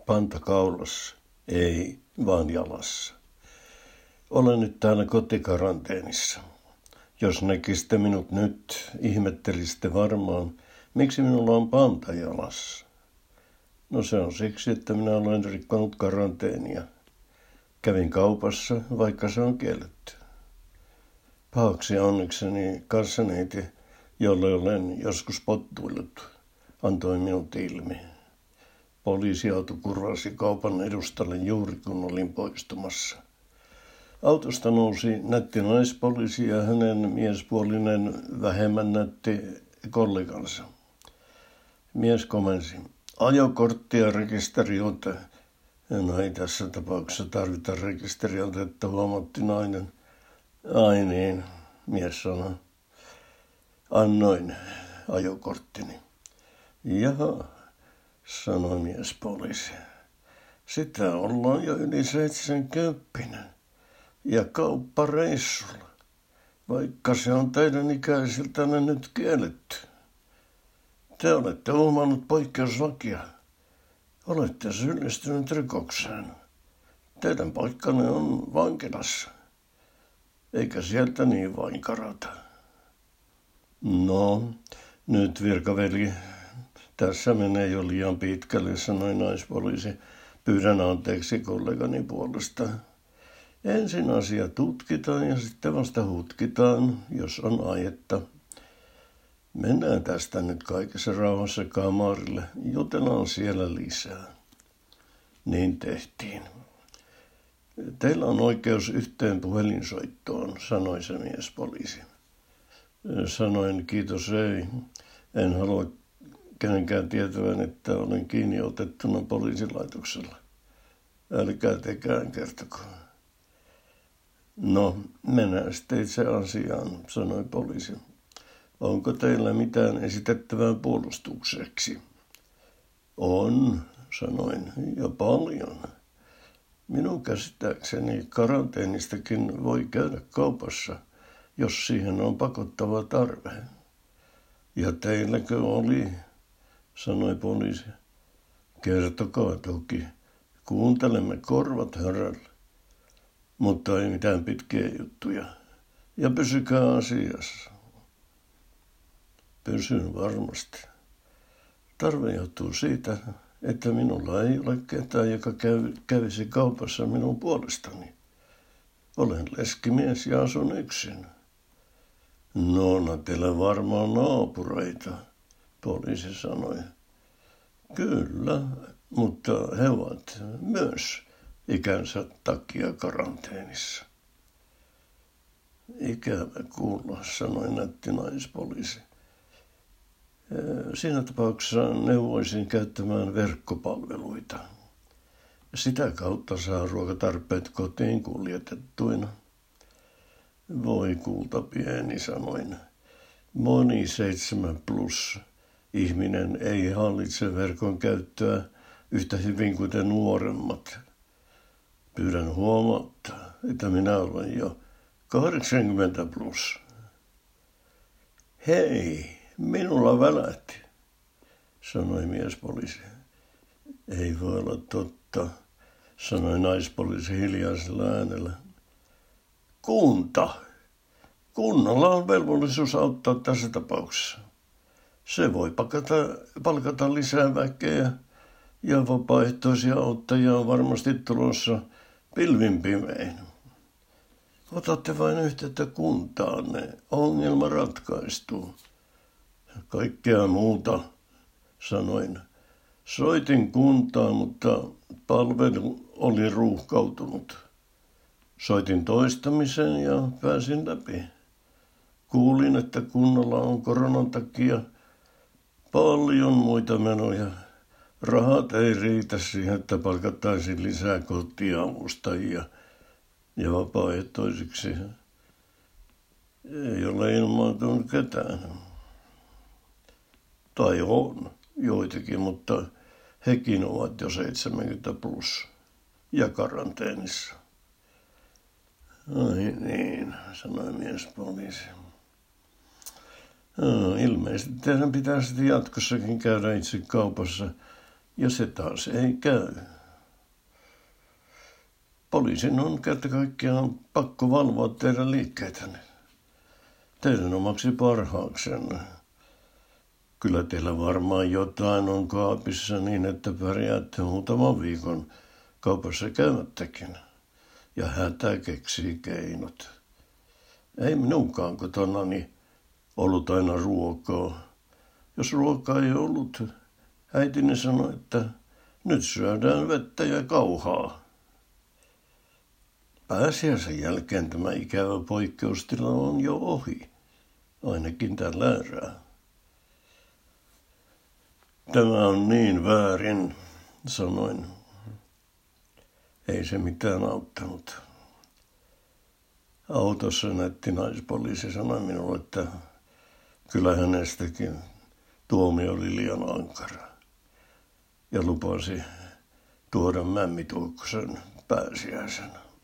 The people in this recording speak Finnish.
Panta kaulassa, ei, vaan jalassa. Olen nyt täällä kotikaranteenissa. Jos näkisitte minut nyt, ihmettelisitte varmaan, miksi minulla on panta jalassa. No se on siksi, että minä olen rikkonut karanteenia. Kävin kaupassa, vaikka se on kielletty. Pahaksi onnekseni kanssaneiti, jolle olen joskus pottuillut, antoi minut ilmi. Poliisiauto kurvasi kaupan edustalle juuri kun olin poistumassa. Autosta nousi nätti naispoliisi ja hänen miespuolinen vähemmän nätti kollegansa. Mies komensi, ajokortti ja rekisteriote. No ei tässä tapauksessa tarvita rekisteriotetta, huomautti nainen. Ai niin, mies sanoi. Annoin ajokorttini. Jaha, sanoi miespoliisi. Sitä ollaan jo yli 70 ja kauppareissulla, vaikka se on teidän ikäisiltänne nyt kielletty. Te olette uhmannut poikkeuslakia. Olette syyllistynyt rikokseen. Teidän paikkanne on vankilassa. Eikä sieltä niin vain karata. No, nyt virkaveli, tässä menee jo liian pitkälle, sanoi naispoliisi. Pyydän anteeksi kollegani puolesta. Ensin asia tutkitaan ja sitten vasta hutkitaan, jos on aihetta. Mennään tästä nyt kaikessa rauhassa kamarille. Jutellaan siellä lisää. Niin tehtiin. Teillä on oikeus yhteen puhelinsoittoon, sanoi se miespoliisi. Sanoin kiitos ei. En halua kenenkään tietävän, että olen kiinni otettuna poliisilaitoksella. Älkää tekään kertoko. No, mennään sitten itse asiaan, sanoi poliisi. Onko teillä mitään esitettävää puolustukseksi? On, sanoin, ja paljon. Minun käsittääkseni karanteenistakin voi käydä kaupassa, jos siihen on pakottava tarve. Ja teilläkö oli, sanoi poliisi. Kertokaa toki, kuuntelemme korvat höröllä. Mutta ei mitään pitkiä juttuja. Ja pysykää asiassa. Pysyn varmasti. Tarve johtuu siitä, että minulla ei ole ketään, joka kävisi kaupassa minun puolestani. Olen leskimies ja asun yksin. No, on teillä varmaan naapureita, poliisi sanoi. Kyllä, mutta he ovat myös ikänsä takia karanteenissa. Ikävä kuulla, sanoi nätti naispoliisi. Siinä tapauksessa neuvoisin käyttämään verkkopalveluita. Sitä kautta saa ruokatarpeet kotiin kuljetettuina. Voi kulta pieni, sanoin. Moni 7+ ihminen ei hallitse verkon käyttöä yhtä hyvin kuin te nuoremmat. Pyydän huomauttaa, että minä olen jo 80+. Hei, minulla välähti, sanoi miespoliisi. Ei voi olla totta, sanoi naispoliisi hiljaisella äänellä. Kunnalla on velvollisuus auttaa tässä tapauksessa. Se voi palkata lisää väkeä ja vapaaehtoisia auttajia on varmasti tulossa pilvin pimein. Otatte vain yhteyttä kuntaanne, ongelma ratkaistuu. Kaikkea muuta, sanoin. Soitin kuntaan, mutta palvelu oli ruuhkautunut. Soitin toistamisen ja pääsin läpi. Kuulin, että kunnalla on koronan takia paljon muita menoja. Rahat ei riitä siihen, että palkattaisiin lisää kotiavustajia ja vapaaehtoisiksi. Ei ole ilmaantunut ketään. Tai on joitakin, mutta hekin ovat jo 70+ ja karanteenissa. Ai niin, sanoi miespoliisi. Ilmeisesti teidän pitää sitten jatkossakin käydä itse kaupassa, ja se taas ei käy. Poliisin on kerta kaikkiaan pakko valvoa teidän liikkeitänne. Teidän omaksi parhaaksenne. Kyllä teillä varmaan jotain on kaapissa niin, että pärjäätte muutaman viikon kaupassa käymättäkin. Ja hätä keksii keinot. Ei minunkaan kotonani ollut aina ruokaa. Jos ruokaa ei ollut, äitini sanoi, että nyt syödään vettä ja kauhaa. Pääsiäisen jälkeen tämä ikävä poikkeustila on jo ohi, ainakin tällä erää. Tämä on niin väärin, sanoin. Ei se mitään auttanut. Autossa nätti naispoliisi sanoi minulle, että kyllä hänestäkin tuomio oli liian ankara. Ja lupasi tuoda mämmituokkosen pääsiäisenä.